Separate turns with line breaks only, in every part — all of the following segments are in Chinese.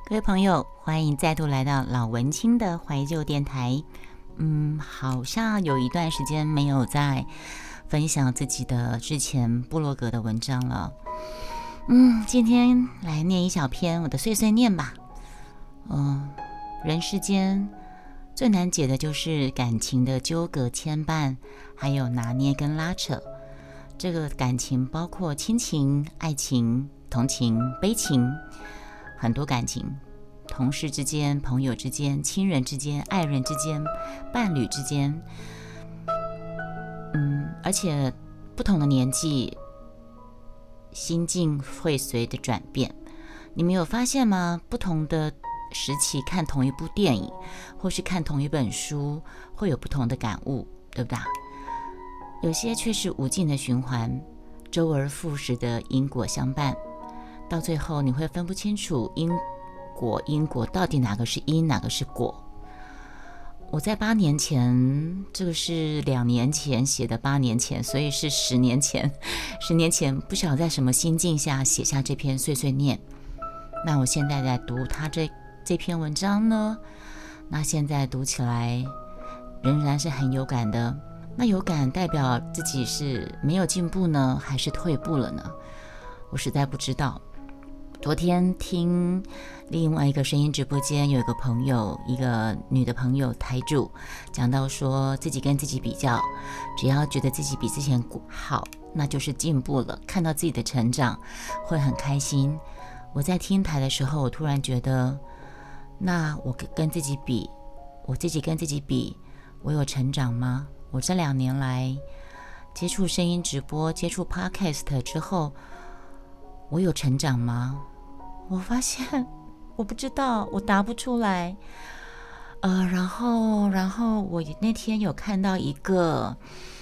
各位朋友，欢迎再度来到老文青的怀旧电台。好像有一段时间没有在分享自己的之前部落格的文章了。今天来念一小篇我的碎碎念吧。人世间最难解的就是感情的纠葛牵绊，还有拿捏跟拉扯。这个感情包括亲情、爱情、同情、悲情，很多感情，同事之间、朋友之间、亲人之间、爱人之间、伴侣之间，而且不同的年纪，心境会随着转变。你们有发现吗？不同的时期看同一部电影，或是看同一本书，会有不同的感悟，对不对？有些却是无尽的循环，周而复始的因果相伴，到最后你会分不清楚因果到底哪个是因，哪个是果。我在8年前，这个是2年前写的，8年前，所以是10年前。10年前不晓得在什么心境下写下这篇碎碎念。那我现在在读他这篇文章呢，那现在读起来仍然是很有感的。那有感代表自己是没有进步呢，还是退步了呢？我实在不知道。昨天听另外一个声音直播间，有一个朋友，一个女的朋友台主讲到说，自己跟自己比较，只要觉得自己比之前好，那就是进步了，看到自己的成长会很开心。我在听台的时候，我突然觉得，那我跟自己比，我自己跟自己比，我有成长吗？我这2年来接触声音直播，接触 podcast 之后，我有成长吗？我发现我不知道，我答不出来。然后我那天有看到一个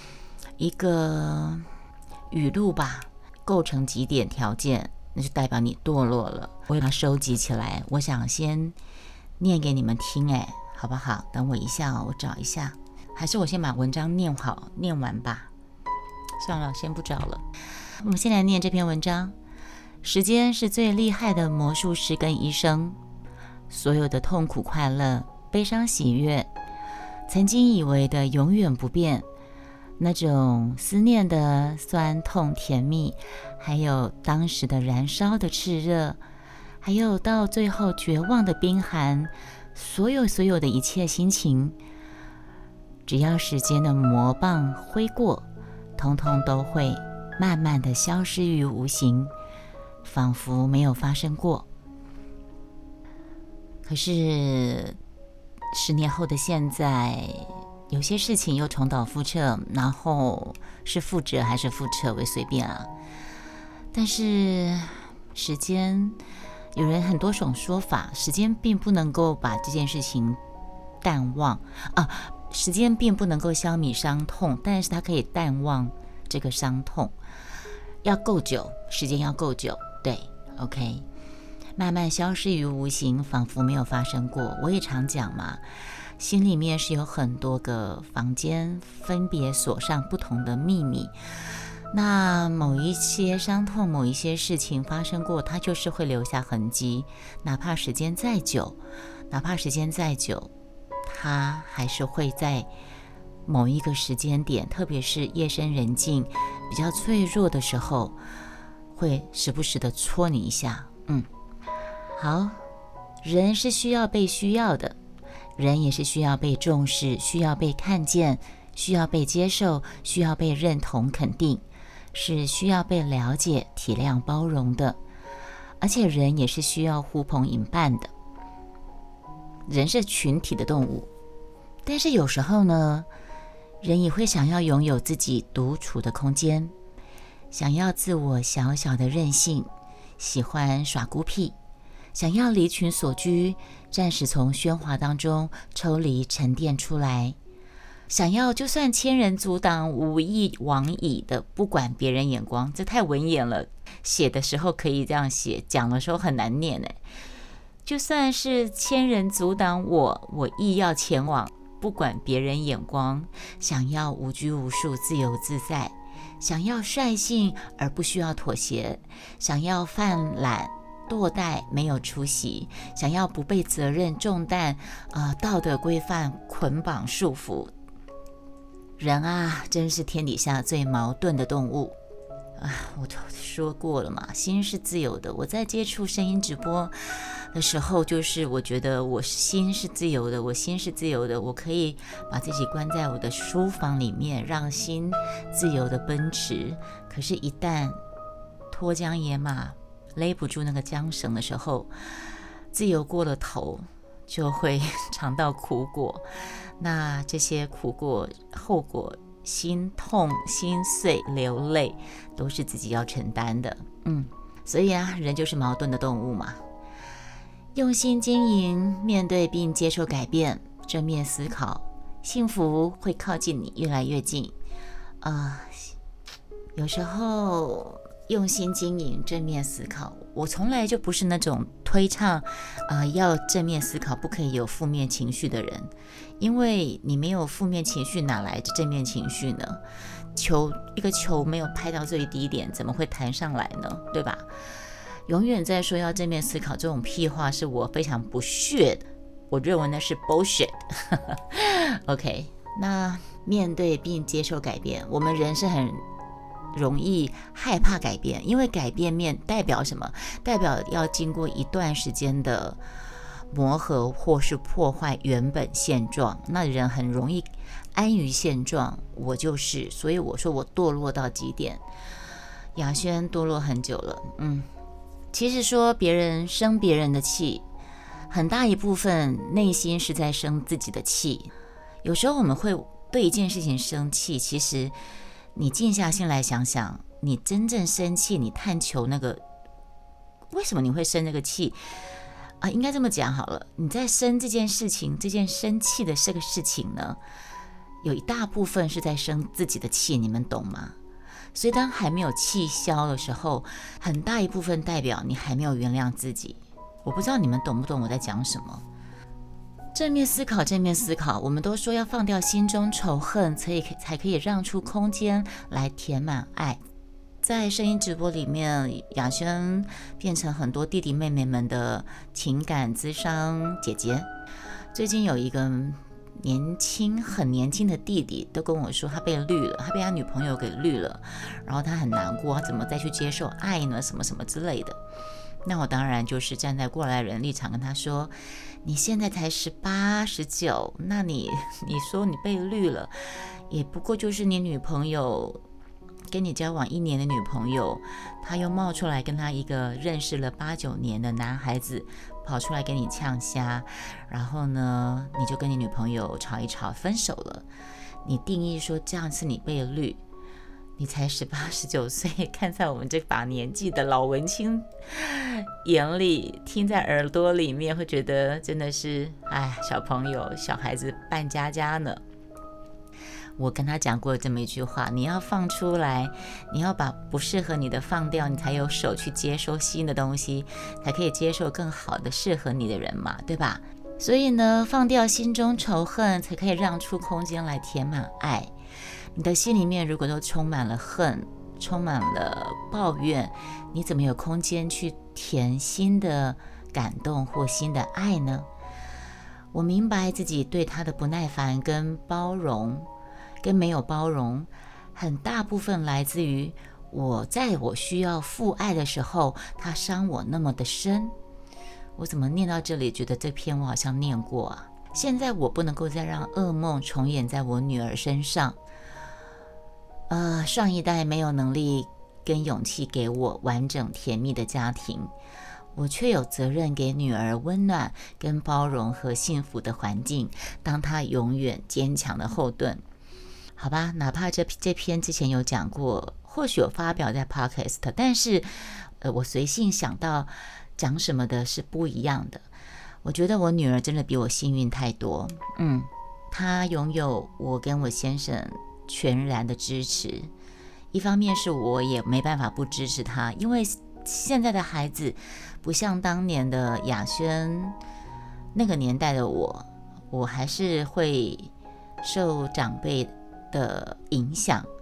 语录吧，构成几点条件，那就代表你堕落了。我把它收集起来，我想先念给你们听，好不好？等我一下我找一下，还是我先把文章念完吧。算了，先不找了。我们先来念这篇文章。时间是最厉害的魔术师跟医生，所有的痛苦、快乐、悲伤、喜悦，曾经以为的永远不变，那种思念的酸痛甜蜜，还有当时的燃烧的炽热，还有到最后绝望的冰寒，所有的一切心情，只要时间的魔棒挥过，通通都会慢慢的消失于无形，仿佛没有发生过。可是10年后的现在，有些事情又重蹈覆辙，然后是覆辙还是覆辙为随便啊。但是时间，有人很多种说法，时间并不能够把这件事情淡忘啊，时间并不能够消弭伤痛，但是它可以淡忘这个伤痛，要够久，时间要够久。对 ，OK， 慢慢消失于无形，仿佛没有发生过。我也常讲嘛，心里面是有很多个房间，分别锁上不同的秘密。那某一些伤痛，某一些事情发生过，它就是会留下痕迹，哪怕时间再久，它还是会在某一个时间点，特别是夜深人静、比较脆弱的时候，会时不时的戳你一下。好，人是需要被需要的，人也是需要被重视，需要被看见，需要被接受，需要被认同肯定，是需要被了解、体谅、包容的。而且人也是需要呼朋引伴的，人是群体的动物。但是有时候呢，人也会想要拥有自己独处的空间，想要自我小小的任性，喜欢耍孤僻，想要离群所居，暂时从喧哗当中抽离沉淀出来，想要就算千人阻挡，无意往矣的不管别人眼光。这太文言了，写的时候可以这样写，讲的时候很难念。就算是千人阻挡我亦要前往，不管别人眼光，想要无拘无束，自由自在，想要率性而不需要妥协，想要犯懒堕怠、没有出息，想要不被责任重担、道德规范捆绑束缚。人啊，真是天底下最矛盾的动物啊！我都说过了嘛，心是自由的。我在接触声音直播的时候，就是我觉得我心是自由的，我心是自由的，我可以把自己关在我的书房里面，让心自由的奔驰。可是，一旦脱缰野马，勒不住那个缰绳的时候，自由过了头，就会尝到苦果。那这些苦果后果，心痛、心碎、流泪，都是自己要承担的。所以啊，人就是矛盾的动物嘛。用心经营，面对并接受改变，正面思考，幸福会靠近你越来越近。有时候用心经营，正面思考，我从来就不是那种推倡要正面思考，不可以有负面情绪的人。因为你没有负面情绪，哪来的正面情绪呢？一个球没有拍到最低点，怎么会弹上来呢？对吧？永远在说要正面思考，这种屁话是我非常不屑的，我认为那是 bullshit。 OK， 那面对并接受改变，我们人是很容易害怕改变，因为改变代表什么？代表要经过一段时间的磨合或是破坏原本现状，那人很容易安于现状。我就是，所以我说我堕落到极点。雅轩堕落很久了。其实说别人生别人的气，很大一部分内心是在生自己的气。有时候我们会对一件事情生气，其实你静下心来想想，你真正生气，你探求那个为什么你会生那个气应该这么讲好了，你在生这件事情，这件生气的这个事情呢，有一大部分是在生自己的气，你们懂吗？所以当还没有气消的时候，很大一部分代表你还没有原谅自己。我不知道你们懂不懂我在讲什么。正面思考，正面思考，我们都说要放掉心中仇恨，才可以让出空间来填满爱。在声音直播里面，雅轩变成很多弟弟妹妹们的情感咨商姐姐。最近有一个很年轻的弟弟都跟我说，他被绿了，他被他女朋友给绿了，然后他很难过，他怎么再去接受爱呢？什么什么之类的。那我当然就是站在过来人立场跟他说，你现在才18、19，那你说你被绿了，也不过就是你女朋友跟你交往1年的女朋友，他又冒出来跟他一个认识了8、9年的男孩子跑出来跟你呛虾，然后呢，你就跟你女朋友吵一吵分手了。你定义说这样是你被绿，你才18、19岁，看在我们这把年纪的老文青眼里，听在耳朵里面，会觉得真的是小朋友小孩子扮家家呢。我跟他讲过这么一句话，你要放出来，你要把不适合你的放掉，你才有手去接收新的东西，才可以接受更好的适合你的人嘛，对吧？所以呢，放掉心中仇恨，才可以让出空间来填满爱。你的心里面如果都充满了恨，充满了抱怨，你怎么有空间去填新的感动或新的爱呢？我明白自己对他的不耐烦跟包容跟没有包容，很大部分来自于在我需要父爱的时候，他伤我那么的深。我怎么念到这里，觉得这篇我好像念过啊？现在我不能够再让噩梦重演在我女儿身上。上一代没有能力跟勇气给我完整甜蜜的家庭，我却有责任给女儿温暖跟包容和幸福的环境，当她永远坚强的后盾。好吧，哪怕这篇之前有讲过，或许有发表在 Podcast， 但是我随性想到讲什么的是不一样的。我觉得我女儿真的比我幸运太多。她拥有我跟我先生全然的支持，一方面是我也没办法不支持她，因为现在的孩子不像当年的雅轩，那个年代的我还是会受长辈的影响，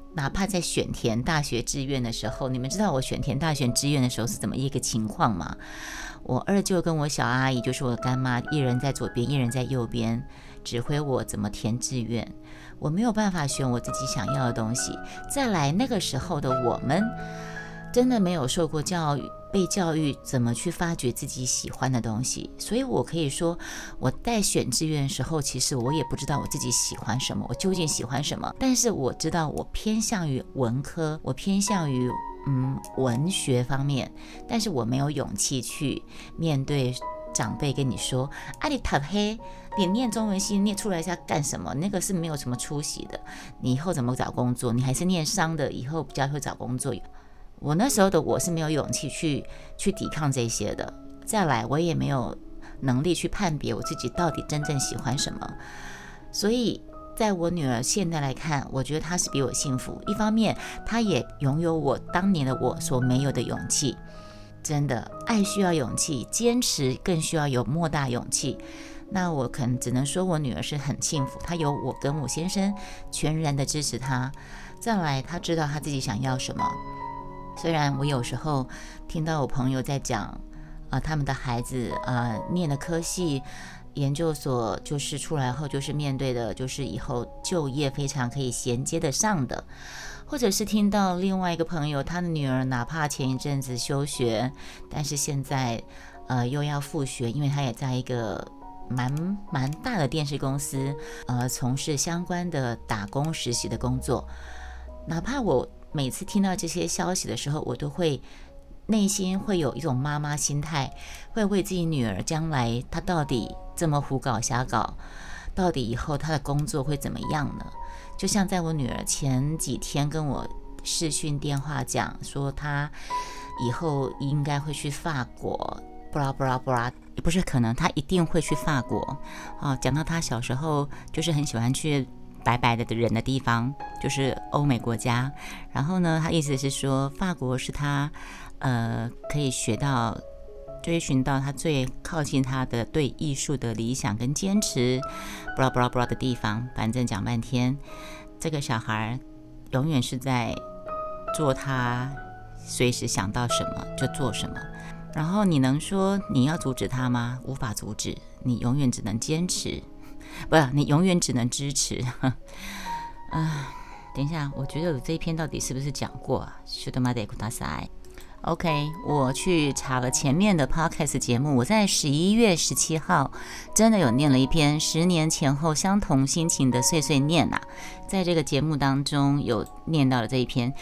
哪怕在选填大学志愿的时候，你们知道我选填大学志愿的时候是怎么一个情况吗？我二舅跟我小阿姨，就是我的干妈，一人在左边，一人在右边，指挥我怎么填志愿。我没有办法选我自己想要的东西。再来，那个时候的我们真的没有受过教育，被教育怎么去发掘自己喜欢的东西。所以我可以说，我在选志愿的时候，其实我也不知道我自己喜欢什么，我究竟喜欢什么。但是我知道我偏向于文科，我偏向于文学方面，但是我没有勇气去面对长辈跟你说，你读黑，你念中文系念出来是要干什么？那个是没有什么出息的，你以后怎么找工作？你还是念商的，以后比较会找工作。我那时候的我是没有勇气去抵抗这些的。再来，我也没有能力去判别我自己到底真正喜欢什么。所以在我女儿现在来看，我觉得她是比我幸福。一方面，她也拥有我当年的我所没有的勇气。真的，爱需要勇气，坚持更需要有莫大勇气。那我可能只能说我女儿是很幸福，她有我跟我先生全然的支持她。再来，她知道她自己想要什么。虽然我有时候听到我朋友在讲他们的孩子念的科系研究所，就是出来后就是面对的就是以后就业非常可以衔接得上的，或者是听到另外一个朋友，他的女儿哪怕前一阵子休学，但是现在又要复学，因为他也在一个蛮大的电视公司从事相关的打工实习的工作。哪怕我每次听到这些消息的时候，我都会内心会有一种妈妈心态，会为自己女儿将来她到底这么胡搞瞎搞，到底以后她的工作会怎么样呢？就像在我女儿前几天跟我视讯电话讲说，她以后应该会去法国，布拉布拉布拉，也不是可能，她一定会去法国讲到她小时候就是很喜欢去白白的人的地方，就是欧美国家。然后呢，他意思是说法国是他可以追寻到他最靠近他的对艺术的理想跟坚持布拉布拉布拉的地方。反正讲半天，这个小孩永远是在做他随时想到什么就做什么。然后你能说你要阻止他吗？无法阻止，你永远只能坚持，你永远只能支持。等一下，我觉得我这一篇到底是不是讲过啊？OK， 我去查了前面的 podcast 节目，我在11月17号真的有念了一篇10年前后相同心情的碎碎念在这个节目当中有念到了这一篇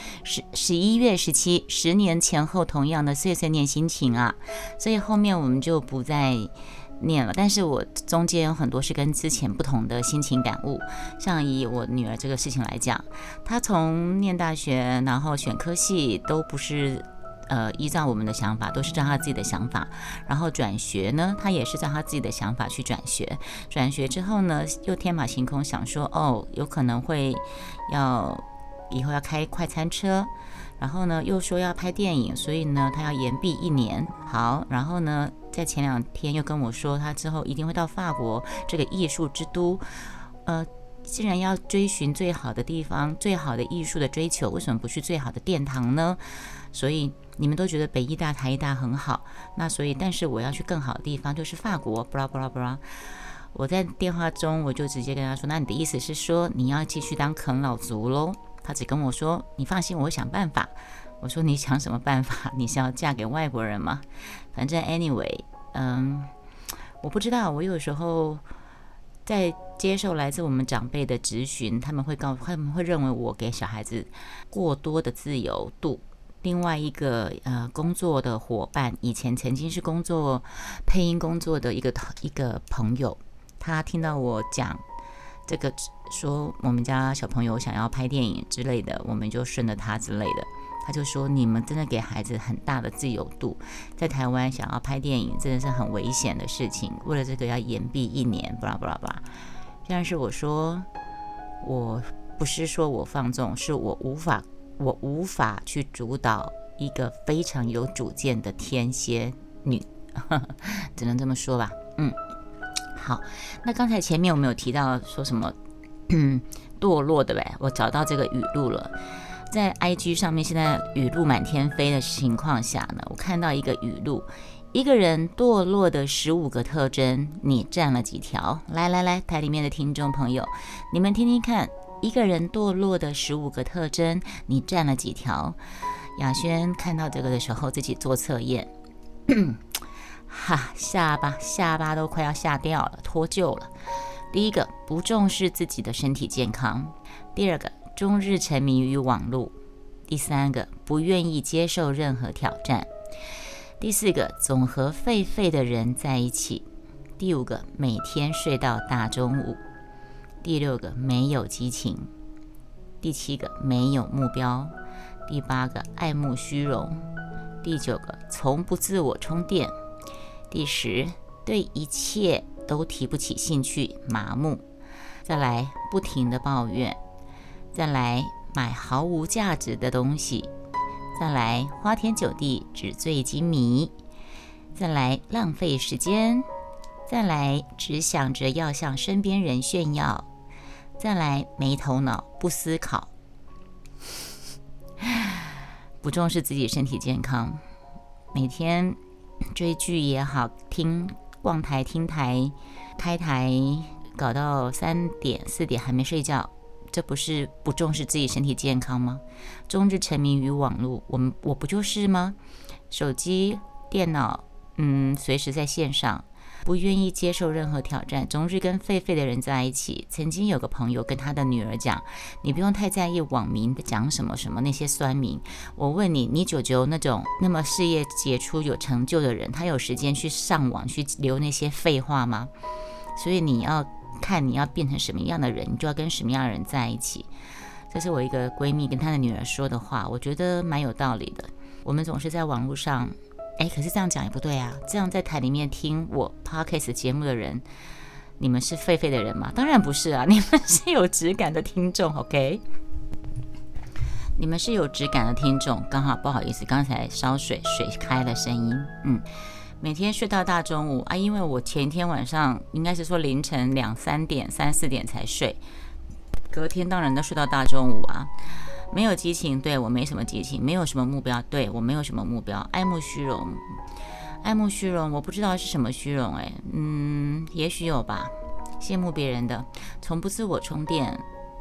11月17 10年前后同样的碎碎念心情所以后面我们就不再念了。但是我中间有很多是跟之前不同的心情感悟。像以我女儿这个事情来讲，她从念大学然后选科系都不是依照我们的想法，都是照他自己的想法。然后转学呢，他也是照他自己的想法去转学。转学之后呢，又天马行空想说有可能会以后要开快餐车，然后呢又说要拍电影，所以呢他要延毕1年。好，然后呢在前2天又跟我说他之后一定会到法国这个艺术之都。既然要追寻最好的地方，最好的艺术的追求，为什么不去最好的殿堂呢？所以你们都觉得北艺大台艺大很好，那所以但是我要去更好的地方，就是法国布拉布拉布拉。我在电话中我就直接跟他说，那你的意思是说你要继续当啃老族咯？他只跟我说你放心，我会想办法。我说你想什么办法？你是要嫁给外国人吗？反正 anyway， 我不知道。我有时候在接受来自我们长辈的质询，他们会认为我给小孩子过多的自由度。另外一个工作的伙伴，以前曾经是配音工作的一个朋友，他听到我讲这个，说我们家小朋友想要拍电影之类的，我们就顺着他之类的。他就说你们真的给孩子很大的自由度，在台湾想要拍电影真的是很危险的事情，为了这个要延毕1年，巴拉巴拉巴拉。但是我说我不是说我放纵，是我无法去主导一个非常有主见的天蝎女，只能这么说吧。好，那刚才前面我们有提到说什么堕落的呗。我找到这个语录了，在 IG 上面，现在语录满天飞的情况下呢，我看到一个语录：一个人堕落的15个特征，你占了几条？来，台里面的听众朋友，你们听听看，一个人堕落的15个特征，你占了几条？雅轩看到这个的时候，自己做测验，下巴都快要下掉了，脱臼了。第一个，不重视自己的身体健康；第二个，终日沉迷于网络；第三个，不愿意接受任何挑战；第四个，总和废的人在一起；第五个，每天睡到大中午；第六个，没有激情；第七个，没有目标；第八个，爱慕虚荣；第九个，从不自我充电；第10，对一切都提不起兴趣，麻木；再来，不停的抱怨；再来，买毫无价值的东西；再来，花天酒地，纸醉金迷；再来，浪费时间；再来，只想着要向身边人炫耀；再来，没头脑，不思考；不重视自己身体健康，每天追剧也好，逛台听台开台搞到3点4点还没睡觉，这不是不重视自己身体健康吗？终日沉迷于网络，我不就是吗？手机电脑随时在线上，不愿意接受任何挑战，总是跟废的人在一起。曾经有个朋友跟他的女儿讲，你不用太在意网民讲什么那些酸民，我问你，你舅舅那种那么事业杰出有成就的人，他有时间去上网去留那些废话吗？所以你要看你要变成什么样的人，你就要跟什么样的人在一起。这是我一个闺蜜跟她的女儿说的话，我觉得蛮有道理的。我们总是在网络上可是这样讲也不对啊！这样在台里面听我 podcast 节目的人，你们是废的人吗？当然不是啊，你们是有质感的听众 ，OK？ 你们是有质感的听众，刚好不好意思，刚才烧水开了声音，每天睡到大中午啊，因为我前一天晚上应该是说凌晨2、3点、3、4点才睡，隔天当然都睡到大中午啊。没有激情，对，我没什么激情；没有什么目标，对，我没有什么目标；爱慕虚荣，我不知道是什么虚荣，也许有吧，羡慕别人的，从不自我充电，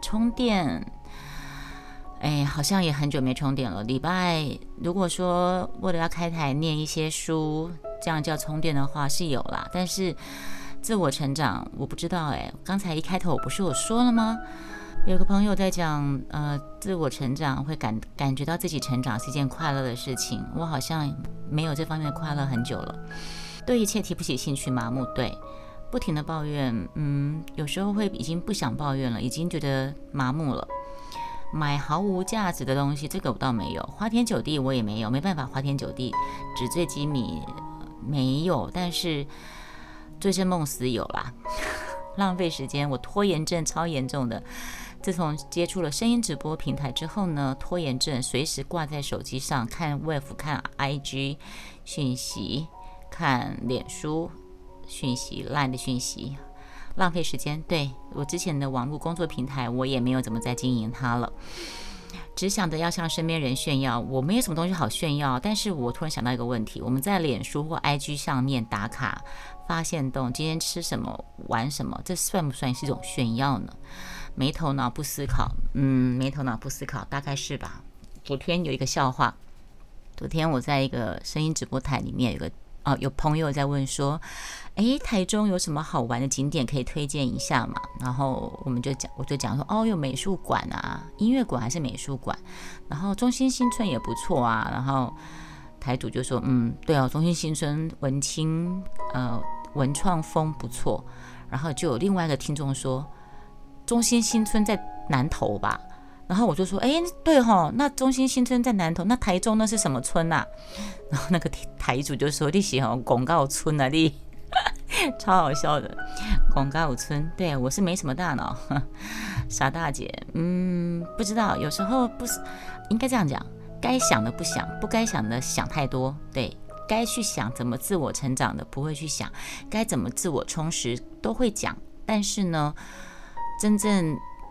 好像也很久没充电了。礼拜如果说为了要开台念一些书，这样叫充电的话是有啦，但是自我成长我不知道刚才一开头不是我说了吗？有个朋友在讲自我成长会感觉到自己成长是一件快乐的事情，我好像没有这方面的快乐很久了。对一切提不起兴趣，麻木，对，不停的抱怨，有时候会已经不想抱怨了，已经觉得麻木了。买毫无价值的东西，这个我倒没有，花天酒地我也没有，没办法花天酒地，纸醉金迷没有，但是醉生梦死有啦。浪费时间，我拖延症超严重的。自从接触了声音直播平台之后呢，拖延症随时挂在手机上，看 Wave 看 IG 讯息，看脸书讯息 LINE 的讯息，浪费时间。对，我之前的网络工作平台我也没有怎么再经营它了，只想着要向身边人炫耀，我没有什么东西好炫耀。但是我突然想到一个问题，我们在脸书或 IG 上面打卡发现动今天吃什么玩什么，这算不算是一种炫耀呢？没头脑不思考，没头脑不思考，大概是吧。昨天有一个笑话，昨天我在一个声音直播台里面有朋友在问说，台中有什么好玩的景点可以推荐一下嘛？然后我就讲说，有美术馆啊，音乐馆还是美术馆，然后中心新村也不错啊。然后台主就说，对哦，中心新村文青文创风不错。然后就有另外一个听众说，中心新村在南投吧？然后我就说，对齁，那中心新村在南投，那台中那是什么村啊？然后那个台主就说，你是广告村啊，你超好笑的，广告村。对，我是没什么大脑，傻大姐。不知道，有时候不是应该这样讲，该想的不想，不该想的想太多。对，该去想怎么自我成长的不会去想，该怎么自我充实都会讲，但是呢，真正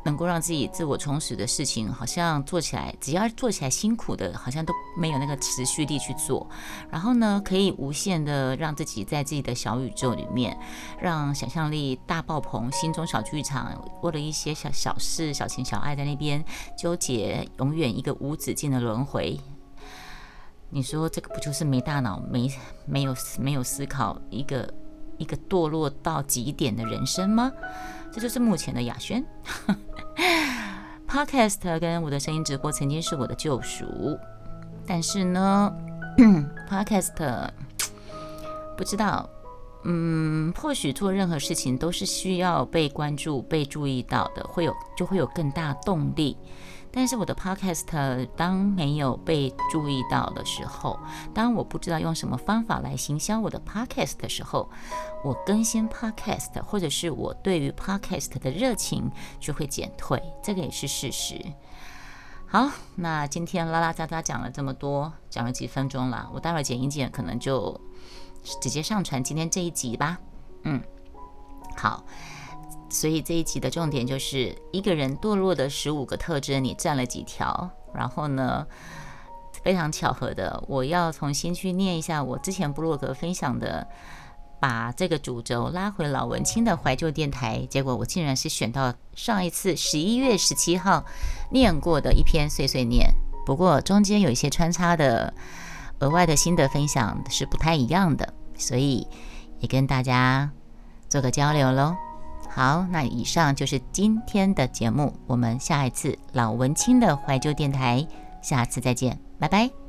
能够让自己自我充实的事情，好像做起来，只要做起来辛苦的，好像都没有那个持续力去做。然后呢，可以无限的让自己在自己的小宇宙里面，让想象力大爆棚，心中小剧场，为了一些小事、小情小爱在那边纠结，永远一个无止境的轮回。你说这个不就是没大脑、没有思考，一个堕落到极点的人生吗？这就是目前的雅轩。Podcast 跟我的声音直播曾经是我的救赎，但是呢Podcast 不知道，或许做任何事情都是需要被关注、被注意到的，就会有更大动力。但是我的 podcast 当没有被注意到的时候，当我不知道用什么方法来行销我的 podcast 的时候，我更新 podcast 或者是我对于 podcast 的热情就会减退，这个也是事实。好，那今天拉拉杂杂讲了这么多，讲了几分钟了，我待会儿剪一剪，可能就直接上传今天这一集吧。好。所以这一集的重点就是一个人堕落的15个特征，你占了几条？然后呢，非常巧合的，我要重新去念一下我之前部落格分享的，把这个主轴拉回老文青的怀旧电台，结果我竟然是选到上一次11月17号念过的一篇碎碎念，不过中间有一些穿插的额外的心得分享是不太一样的，所以也跟大家做个交流咯。好，那以上就是今天的节目，我们下一次老文青的怀旧电台，下次再见，拜拜。